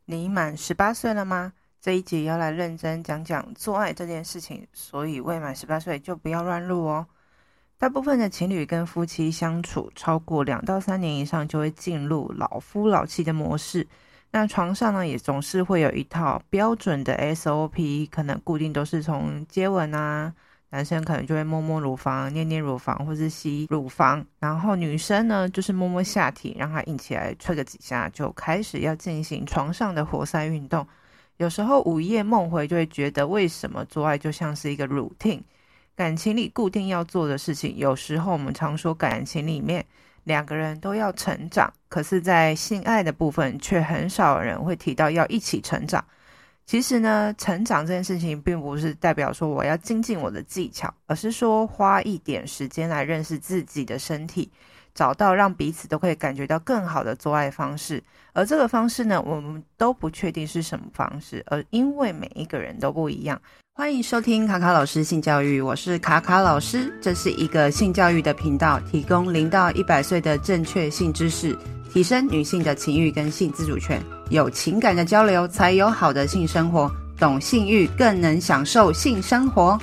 你满18岁了吗？这一集要来认真讲讲做爱这件事情，所以未满18岁就不要乱入哦。大部分的情侣跟夫妻相处超过2到3年以上，就会进入老夫老妻的模式。那床上呢，也总是会有一套标准的 SOP，可能固定都是从接吻啊，男生可能就会摸摸乳房、捏捏乳房或是吸乳房，然后女生呢就是摸摸下体，让它硬起来，吹个几下，就开始要进行床上的活塞运动。有时候午夜梦回就会觉得，为什么做爱就像是一个 routine，感情里固定要做的事情。有时候我们常说感情里面两个人都要成长，可是在性爱的部分却很少人会提到要一起成长。其实呢，成长这件事情并不是代表说我要精进我的技巧，而是说花一点时间来认识自己的身体，找到让彼此都可以感觉到更好的做爱方式。而这个方式呢，我们都不确定是什么方式，而因为每一个人都不一样。欢迎收听卡卡老师性教育，我是卡卡老师，这是一个性教育的频道，提供0到100岁的正确性知识，提升女性的情欲跟性自主权。有情感的交流，才有好的性生活。懂性欲，更能享受性生活。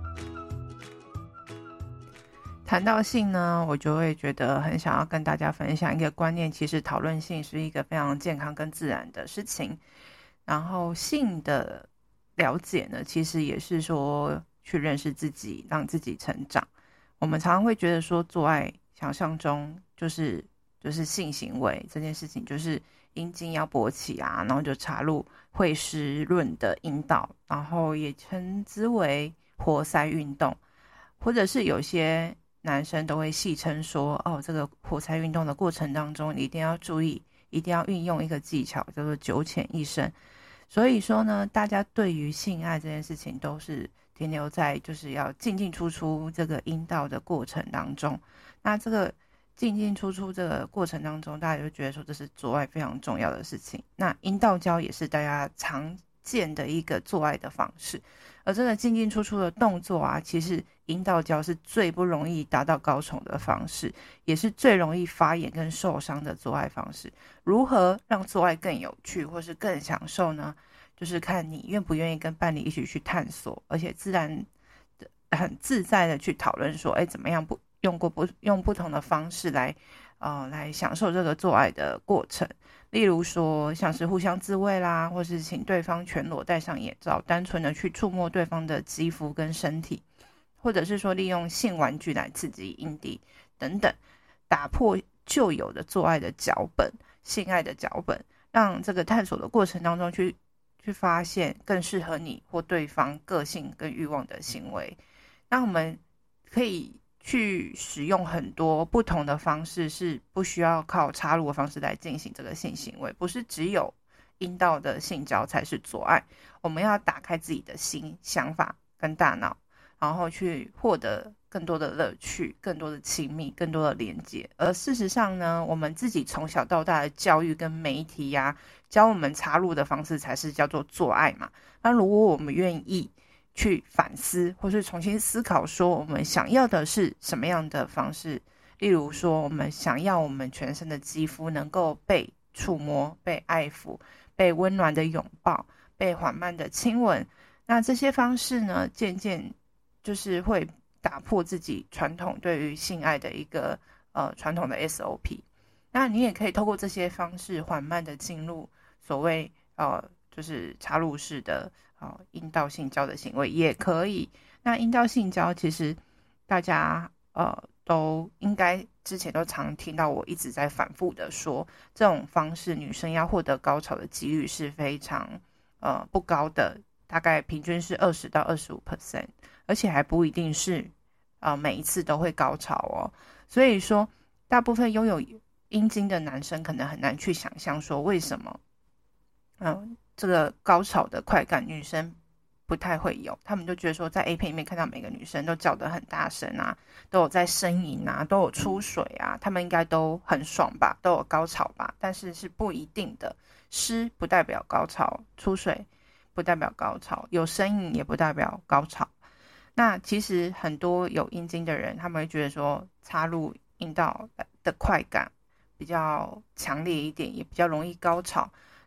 谈到性呢，我就会觉得很想要跟大家分享一个观念，其实讨论性是一个非常健康跟自然的事情。然后性的了解呢，其实也是说去认识自己，让自己成长。我们常常会觉得说做爱想象中就是性行为这件事情，就是阴茎要勃起啊，然后就插入会湿润的阴道，然后也称之为活塞运动，或者是有些男生都会戏称说，哦，这个活塞运动的过程当中，你一定要注意，一定要运用一个技巧，叫做九浅一深。所以说呢，大家对于性爱这件事情都是停留在就是要进进出出这个阴道的过程当中。那这个进进出出这个过程当中，大家就觉得说这是做爱非常重要的事情。那阴道交也是大家常见的一个做爱的方式。而这个进进出出的动作啊，其实阴道交是最不容易达到高潮的方式，也是最容易发炎跟受伤的做爱方式。如何让做爱更有趣或是更享受呢？就是看你愿不愿意跟伴侣一起去探索，而且自然的很自在的去讨论说，怎么样用不同的方式来享受这个做爱的过程。例如说像是互相自慰啦，或是请对方全裸戴上眼罩，单纯的去触摸对方的肌肤跟身体，或者是说利用性玩具来刺激阴蒂等等，打破旧有的做爱的脚本，性爱的脚本，让这个探索的过程当中去发现更适合你或对方个性跟欲望的行为。那我们可以去使用很多不同的方式，是不需要靠插入的方式来进行这个性行为，不是只有阴道的性交才是做爱。我们要打开自己的心、想法跟大脑，然后去获得更多的乐趣、更多的亲密、更多的连接。而事实上呢，我们自己从小到大的教育跟媒体呀，教我们插入的方式才是叫做做爱嘛。那如果我们愿意去反思，或是重新思考说我们想要的是什么样的方式，例如说我们想要我们全身的肌肤能够被触摸、被爱抚、被温暖的拥抱、被缓慢的亲吻。那这些方式呢，渐渐就是会打破自己传统对于性爱的一个传统的 SOP。那你也可以透过这些方式缓慢的进入所谓就是插入式的阴道性交的行为也可以。那阴道性交其实大家都应该之前都常听到我一直在反复的说，这种方式女生要获得高潮的几率是非常不高的，大概平均是20%到25%，而且还不一定是每一次都会高潮哦。所以说大部分拥有阴茎的男生可能很难去想象说为什么这个高潮的快感女生不太会有。他们就觉得说在 A 片里面看到每个女生都叫得很大声啊，都有在呻吟啊，都有出水啊，他们应该都很爽吧，都有高潮吧。但是是不一定的，湿不代表高潮，出水不代表高潮，有呻吟也不代表高潮。那其实很多有阴茎的人，他们会觉得说插入阴道的快感比较强烈一点，也比较容易高潮。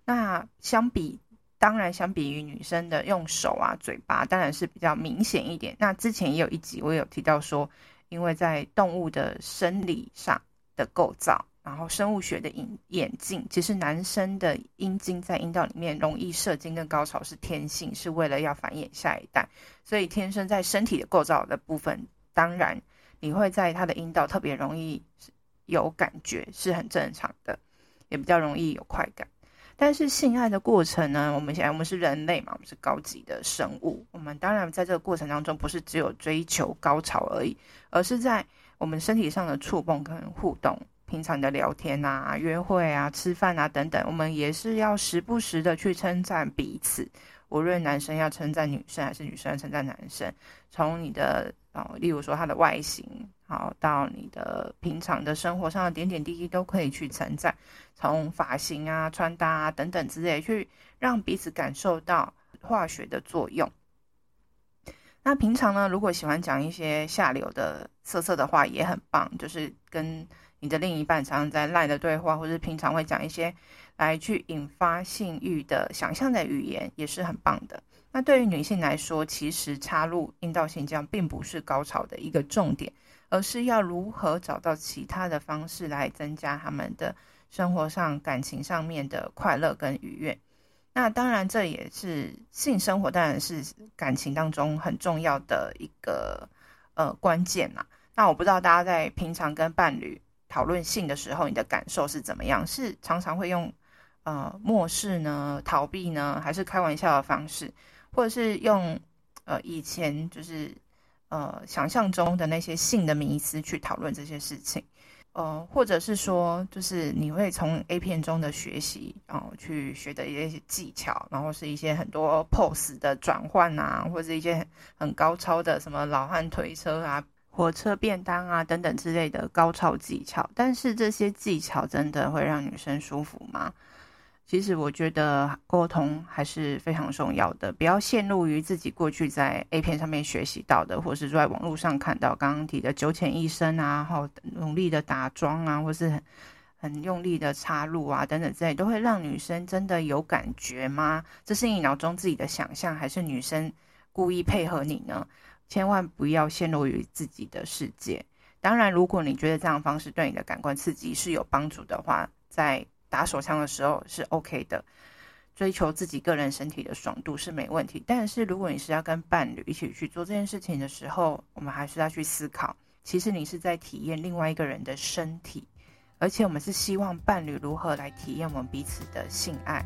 那当然相比于女生的用手啊、嘴巴，当然是比较明显一点。那之前也有一集我有提到说，因为在动物的生理上的构造，然后生物学的演进，其实男生的阴茎在阴道里面容易射精跟高潮是天性，是为了要繁衍下一代，所以天生在身体的构造的部分，当然你会在他的阴道特别容易有感觉，是很正常的，也比较容易有快感。但是性爱的过程呢，我们是人类嘛，我们是高级的生物，我们当然在这个过程当中不是只有追求高潮而已，而是在我们身体上的触碰跟互动，平常的聊天啊、约会啊、吃饭啊等等，我们也是要时不时的去称赞彼此，无论男生要称赞女生还是女生要称赞男生，从你的例如说他的外形，好到你的平常的生活上的点点滴滴都可以去称赞，从发型啊、穿搭啊等等之类，去让彼此感受到化学的作用。那平常呢，如果喜欢讲一些下流的色色的话也很棒，就是跟你的另一半常常在赖的对话，或是平常会讲一些来去引发性欲的想象的语言，也是很棒的。那对于女性来说，其实插入阴道性交并不是高潮的一个重点，而是要如何找到其他的方式来增加他们的生活上、感情上面的快乐跟愉悦。那当然这也是性生活当然是感情当中很重要的一个关键啦。那我不知道大家在平常跟伴侣讨论性的时候，你的感受是怎么样？是常常会用漠视呢、逃避呢，还是开玩笑的方式，或者是用以前就是想象中的那些性的迷思去讨论这些事情？或者是说，就是你会从 A 片中的学习，去学的一些技巧，然后是一些很多 pose 的转换啊，或者是一些很高超的什么老汉推车啊、火车便当啊等等之类的高超技巧。但是这些技巧真的会让女生舒服吗？其实我觉得沟通还是非常重要的，不要陷入于自己过去在 A 片上面学习到的，或是在网络上看到刚刚提的九浅一深啊，然后努力的打桩啊，或是很用力的插入啊等等之类，都会让女生真的有感觉吗？这是你脑中自己的想象，还是女生故意配合你呢？千万不要陷入于自己的世界。当然，如果你觉得这样的方式对你的感官刺激是有帮助的话，在打手枪的时候是 OK 的，追求自己个人身体的爽度是没问题。但是如果你是要跟伴侣一起去做这件事情的时候，我们还是要去思考，其实你是在体验另外一个人的身体，而且我们是希望伴侣如何来体验我们彼此的性爱。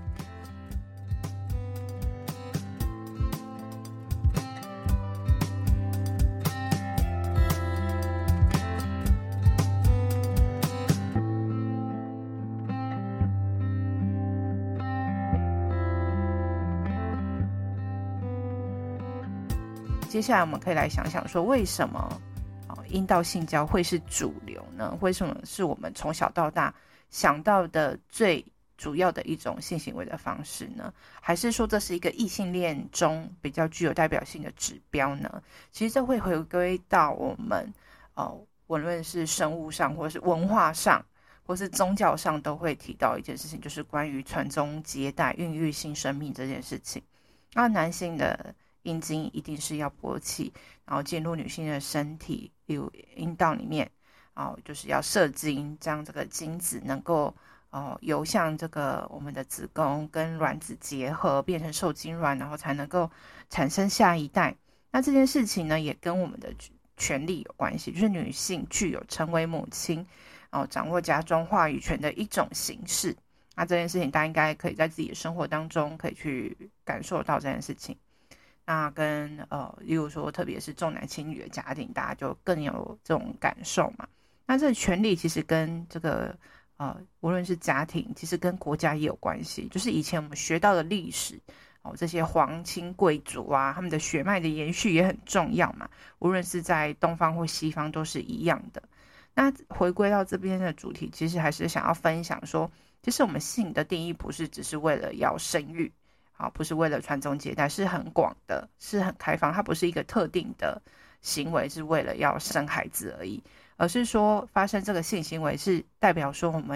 接下来我们可以来想想说，为什么阴道性交会是主流呢？为什么是我们从小到大想到的最主要的一种性行为的方式呢？还是说这是一个异性恋中比较具有代表性的指标呢？其实这会回归到我们无论是生物上，或是文化上，或是宗教上，都会提到一件事情，就是关于传宗接代、孕育新生命这件事情。那男性的阴茎一定是要勃起，然后进入女性的身体，例如阴道里面，就是要射精，将这个精子能够游向这个我们的子宫跟卵子结合，变成受精卵，然后才能够产生下一代。那这件事情呢，也跟我们的权利有关系，就是女性具有成为母亲，掌握家中话语权的一种形式。那这件事情大家应该可以在自己的生活当中可以去感受到这件事情。那跟例如说特别是重男轻女的家庭，大家就更有这种感受嘛。那这个权利其实跟这个无论是家庭，其实跟国家也有关系。就是以前我们学到的历史，这些皇亲贵族啊，他们的血脉的延续也很重要嘛。无论是在东方或西方都是一样的。那回归到这边的主题，其实还是想要分享说，其实我们性的定义不是只是为了要生育，不是为了传宗接代，是很广的，是很开放，它不是一个特定的行为是为了要生孩子而已，而是说发生这个性行为是代表说我们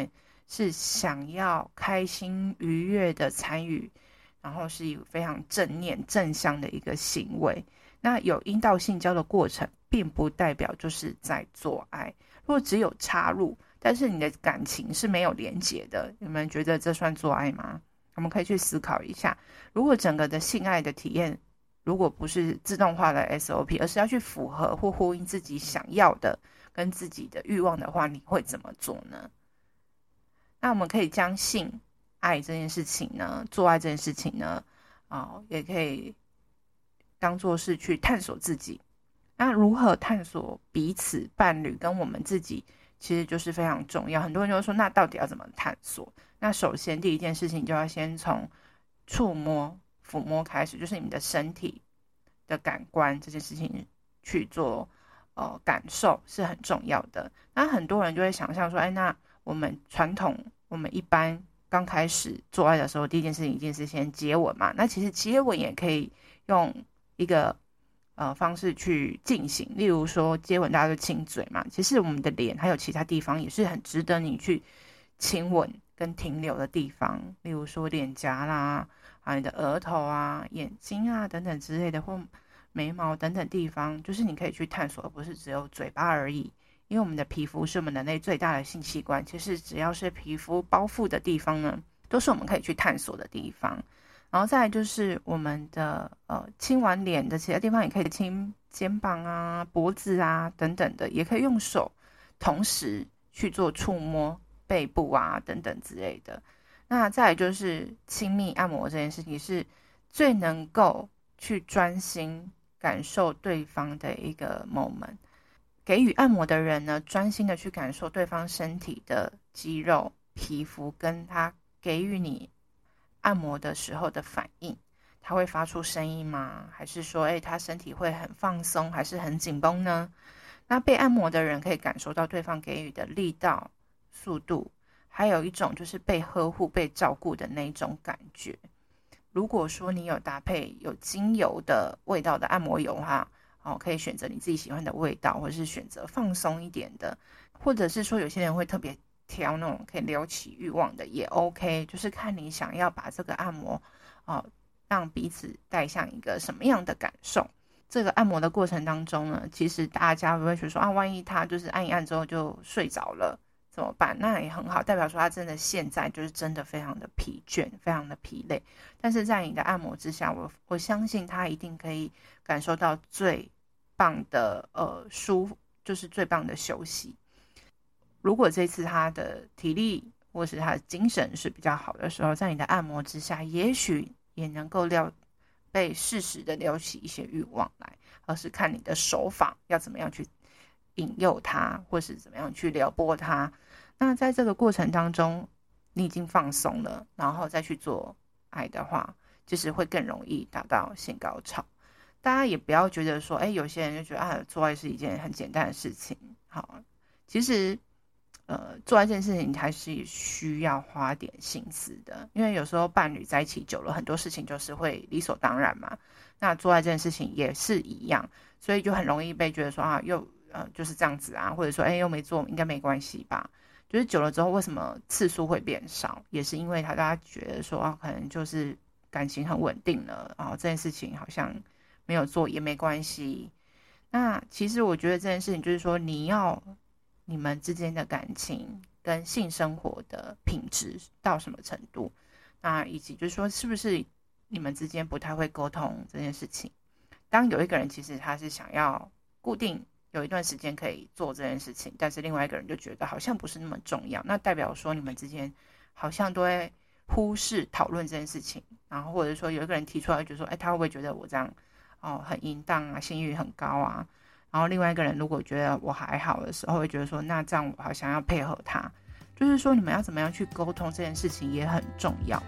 是想要开心愉悦的参与，然后是一个非常正念正向的一个行为。那有阴道性交的过程并不代表就是在做爱，如果只有插入但是你的感情是没有连结的，你们觉得这算做爱吗？我们可以去思考一下，如果整个的性爱的体验如果不是自动化的 SOP， 而是要去符合或呼应自己想要的跟自己的欲望的话，你会怎么做呢？那我们可以将性爱这件事情呢，做爱这件事情呢，也可以当作是去探索自己。那如何探索彼此伴侣跟我们自己，其实就是非常重要。很多人就会说，那到底要怎么探索？那首先第一件事情就要先从触摸、抚摸开始，就是你们的身体的感官这件事情去做感受是很重要的。那很多人就会想象说，那我们我们一般刚开始做爱的时候，第一件事情一定是先接吻嘛。那其实接吻也可以用一个方式去进行，例如说接吻大家都亲嘴嘛，其实我们的脸还有其他地方也是很值得你去亲吻跟停留的地方，例如说脸颊啦，你的额头啊、眼睛啊等等之类的，或眉毛等等地方，就是你可以去探索，而不是只有嘴巴而已。因为我们的皮肤是我们人类最大的性器官，其实只要是皮肤包覆的地方呢，都是我们可以去探索的地方。然后再来就是我们的亲完脸的其他地方，也可以亲肩膀啊、脖子啊等等的，也可以用手同时去做触摸背部啊等等之类的。那再来就是亲密按摩这件事情，是最能够去专心感受对方的一个 moment。给予按摩的人呢，专心的去感受对方身体的肌肉、皮肤，跟他给予你按摩的时候的反应。他会发出声音吗？还是说，他身体会很放松，还是很紧绷呢？那被按摩的人可以感受到对方给予的力道、速度，还有一种就是被呵护、被照顾的那种感觉。如果说你有搭配有精油的味道的按摩油哈，可以选择你自己喜欢的味道，或者是选择放松一点的，或者是说有些人会特别挑那种可以撩起欲望的也 OK， 就是看你想要把这个按摩让彼此带向一个什么样的感受。这个按摩的过程当中呢，其实大家会觉得说万一他就是按一按之后就睡着了怎么办？那也很好，代表说他真的现在就是真的非常的疲倦，非常的疲累。但是在你的按摩之下，我相信他一定可以感受到最棒的就是最棒的休息。如果这次他的体力或是他的精神是比较好的时候，在你的按摩之下，也许也能够被适时的撩起一些欲望来，而是看你的手法要怎么样去引诱他，或是怎么样去撩拨他。那在这个过程当中，你已经放松了，然后再去做爱的话，就是会更容易达到性高潮。大家也不要觉得说，有些人就觉得做爱是一件很简单的事情。好，其实做爱这件事情还是需要花点心思的，因为有时候伴侣在一起久了，很多事情就是会理所当然嘛。那做爱这件事情也是一样，所以就很容易被觉得说就是这样子啊，或者说又没做，应该没关系吧。就是久了之后，为什么次数会变少，也是因为大家觉得说可能就是感情很稳定了，然后这件事情好像没有做也没关系。那其实我觉得这件事情就是说，你们之间的感情跟性生活的品质到什么程度，那以及就是说是不是你们之间不太会沟通这件事情。当有一个人其实他是想要固定有一段时间可以做这件事情，但是另外一个人就觉得好像不是那么重要，那代表说你们之间好像都会忽视讨论这件事情，然后或者说有一个人提出来就说他会不会觉得我这样很淫荡啊，性欲很高啊，然后另外一个人如果觉得我还好的时候会觉得说那这样我好像要配合他，就是说你们要怎么样去沟通这件事情也很重要。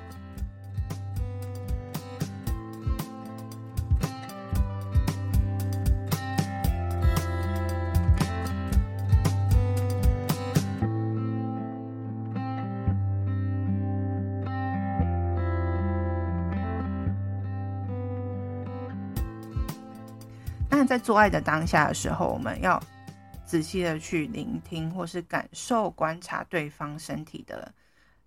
那在做爱的当下的时候，我们要仔细的去聆听或是感受观察对方身体的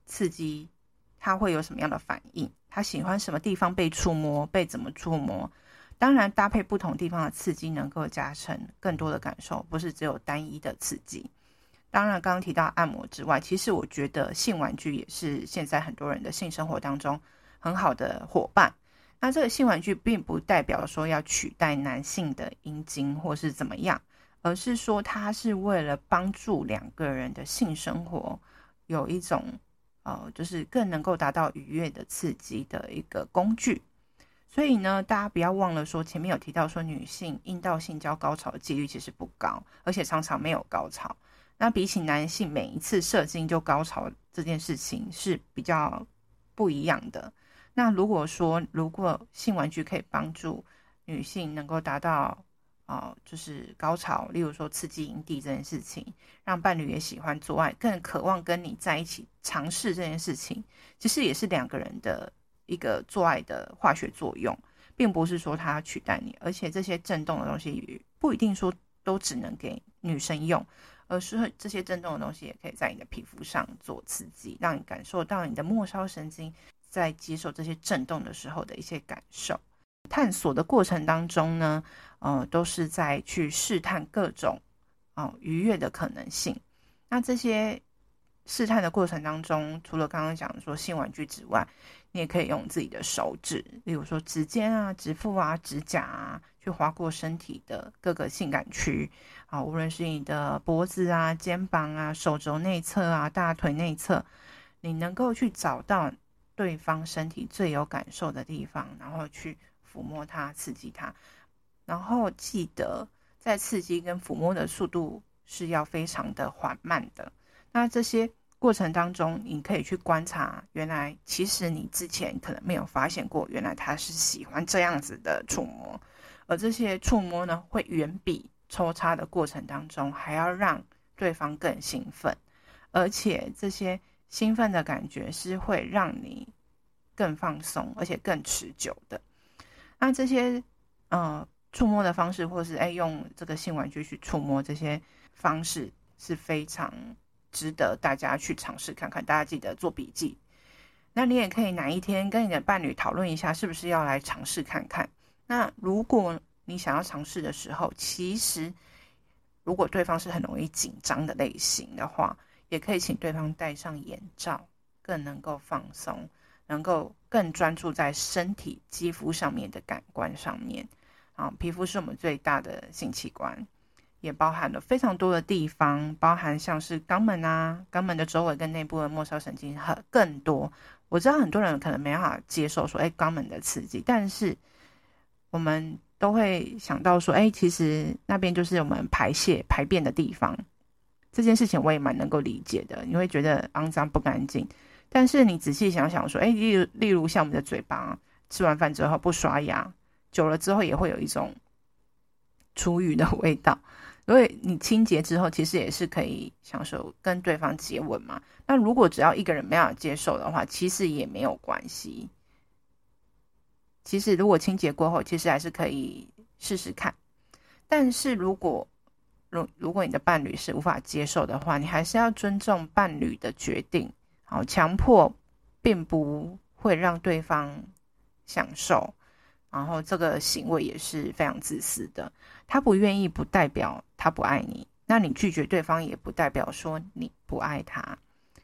刺激他会有什么样的反应，他喜欢什么地方被触摸，被怎么触摸。当然搭配不同地方的刺激能够加成更多的感受，不是只有单一的刺激。当然刚刚提到按摩之外，其实我觉得性玩具也是现在很多人的性生活当中很好的伙伴。那这个性玩具并不代表说要取代男性的阴茎或是怎么样，而是说它是为了帮助两个人的性生活有一种就是更能够达到愉悦的刺激的一个工具。所以呢，大家不要忘了说，前面有提到说女性阴道性交高潮的几率其实不高，而且常常没有高潮。那比起男性每一次射精就高潮这件事情是比较不一样的。那如果性玩具可以帮助女性能够达到就是高潮，例如说刺激阴蒂这件事情，让伴侣也喜欢做爱，更渴望跟你在一起尝试这件事情，其实也是两个人的一个做爱的化学作用，并不是说它取代你。而且这些震动的东西不一定说都只能给女生用，而是这些震动的东西也可以在你的皮肤上做刺激，让你感受到你的末梢神经在接受这些震动的时候的一些感受。探索的过程当中呢，都是在去试探各种愉悦的可能性。那这些试探的过程当中，除了刚刚讲说性玩具之外，你也可以用自己的手指，例如说指尖啊、指腹啊、指甲啊，去划过身体的各个性感区无论是你的脖子啊、肩膀啊、手肘内侧啊、大腿内侧，你能够去找到对方身体最有感受的地方，然后去抚摸它、刺激它。然后记得在刺激跟抚摸的速度是要非常的缓慢的。那这些过程当中，你可以去观察，原来其实你之前可能没有发现过，原来他是喜欢这样子的触摸，而这些触摸呢，会远比抽插的过程当中还要让对方更兴奋，而且这些兴奋的感觉是会让你更放松，而且更持久的。那这些触摸的方式，或是用这个性玩具去触摸，这些方式是非常值得大家去尝试看看，大家记得做笔记。那你也可以哪一天跟你的伴侣讨论一下，是不是要来尝试看看。那如果你想要尝试的时候，其实如果对方是很容易紧张的类型的话，也可以请对方戴上眼罩，更能够放松，能够更专注在身体肌肤上面的感官上面。皮肤是我们最大的性器官，也包含了非常多的地方，包含像是肛门啊，肛门的周围跟内部的末梢神经更多。我知道很多人可能没办法接受说肛门的刺激，但是我们都会想到说其实那边就是我们排便的地方。这件事情我也蛮能够理解的，你会觉得肮脏不干净，但是你仔细想想说例如像我们的嘴巴，吃完饭之后不刷牙，久了之后也会有一种厨余的味道，所以你清洁之后其实也是可以享受跟对方接吻嘛。那如果只要一个人没有接受的话，其实也没有关系。其实如果清洁过后，其实还是可以试试看。但是如果你的伴侣是无法接受的话，你还是要尊重伴侣的决定。强迫并不会让对方享受，然后这个行为也是非常自私的。他不愿意不代表他不爱你，那你拒绝对方也不代表说你不爱他。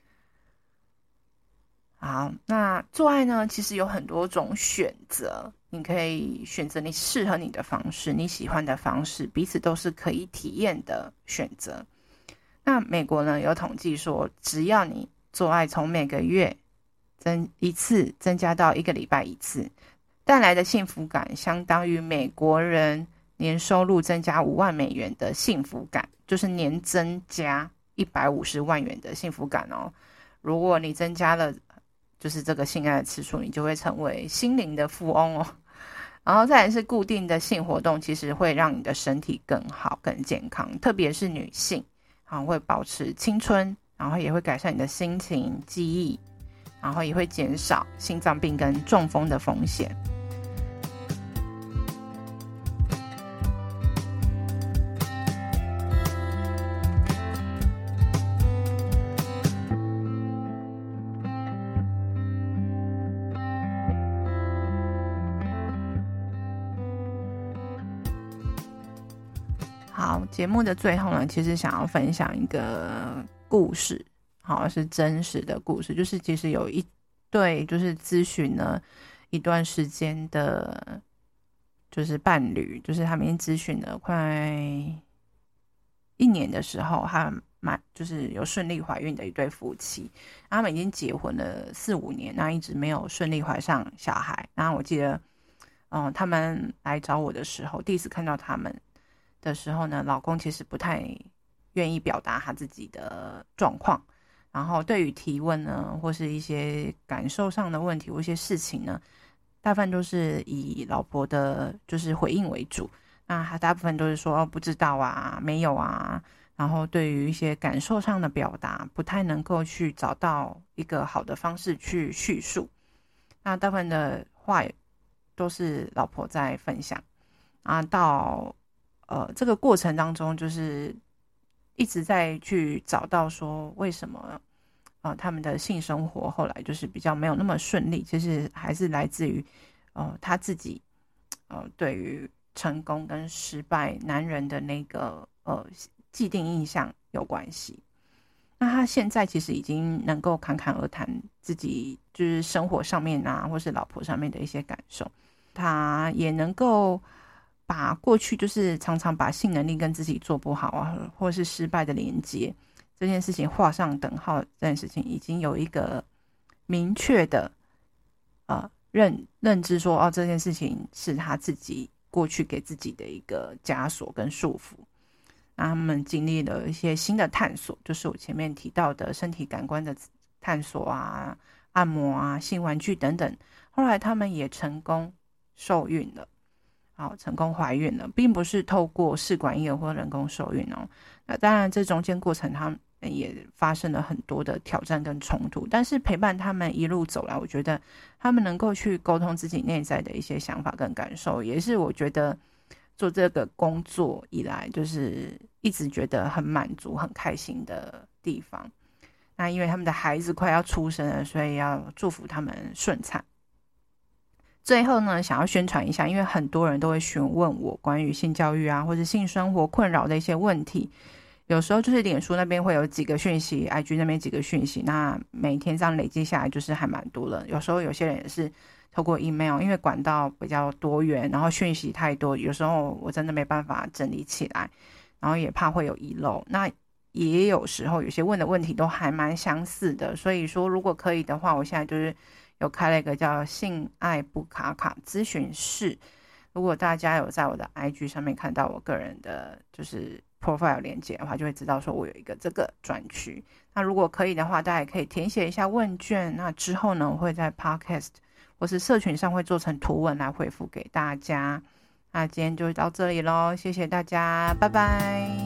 好，那做爱呢，其实有很多种选择，你可以选择你适合你的方式，你喜欢的方式，彼此都是可以体验的选择。那美国呢有统计说，只要你做爱从每个月一次增加到1个礼拜1次，带来的幸福感相当于美国人年收入增加5万美元的幸福感，就是年增加150万元的幸福感哦。如果你增加了就是这个性爱的次数，你就会成为心灵的富翁哦。然后再来是固定的性活动，其实会让你的身体更好更健康，特别是女性会保持青春，然后也会改善你的心情记忆，然后也会减少心脏病跟中风的风险。 好，节目的最后呢，其实想要分享一个故事，好，是真实的故事，就是其实有一对就是咨询了一段时间的，就是伴侣，就是他们已经咨询了快1年的时候，就是有顺利怀孕的一对夫妻，他们已经结婚了4-5年，那一直没有顺利怀上小孩。然后我记得，他们来找我的时候，第一次看到他们的时候呢，老公其实不太愿意表达他自己的状况，然后对于提问呢，或是一些感受上的问题或一些事情呢，大部分都是以老婆的就是回应为主。那他大部分都是说不知道啊，没有啊，然后对于一些感受上的表达不太能够去找到一个好的方式去叙述。那大部分的话都是老婆在分享啊，到这个过程当中就是一直在去找到说为什么他们的性生活后来就是比较没有那么顺利，其实还是来自于他自己对于成功跟失败男人的那个既定印象有关系。那他现在其实已经能够侃侃而谈自己就是生活上面啊，或是老婆上面的一些感受，他也能够把过去就是常常把性能力跟自己做不好啊，或是失败的连接这件事情画上等号，这件事情已经有一个明确的认知说这件事情是他自己过去给自己的一个枷锁跟束缚。那他们经历了一些新的探索，就是我前面提到的身体感官的探索啊、按摩啊、性玩具等等。后来他们也成功受孕了，成功怀孕了，并不是透过试管婴儿或人工受孕哦。那当然这中间过程他们也发生了很多的挑战跟冲突，但是陪伴他们一路走来，我觉得他们能够去沟通自己内在的一些想法跟感受，也是我觉得做这个工作以来就是一直觉得很满足很开心的地方。那因为他们的孩子快要出生了，所以要祝福他们顺产。最后呢，想要宣传一下，因为很多人都会询问我关于性教育啊或者性生活困扰的一些问题，有时候就是脸书那边会有几个讯息， IG 那边几个讯息，那每天这样累积下来就是还蛮多了。有时候有些人也是透过 email， 因为管道比较多元，然后讯息太多，有时候我真的没办法整理起来，然后也怕会有遗漏。那也有时候有些问的问题都还蛮相似的，所以说如果可以的话，我现在就是有开了一个叫性爱不卡卡咨询室。如果大家有在我的 IG 上面看到我个人的就是 profile 连结的话，就会知道说我有一个这个专区。那如果可以的话，大家也可以填写一下问卷，那之后呢，我会在 podcast 或是社群上会做成图文来回复给大家。那今天就到这里咯，谢谢大家，拜拜。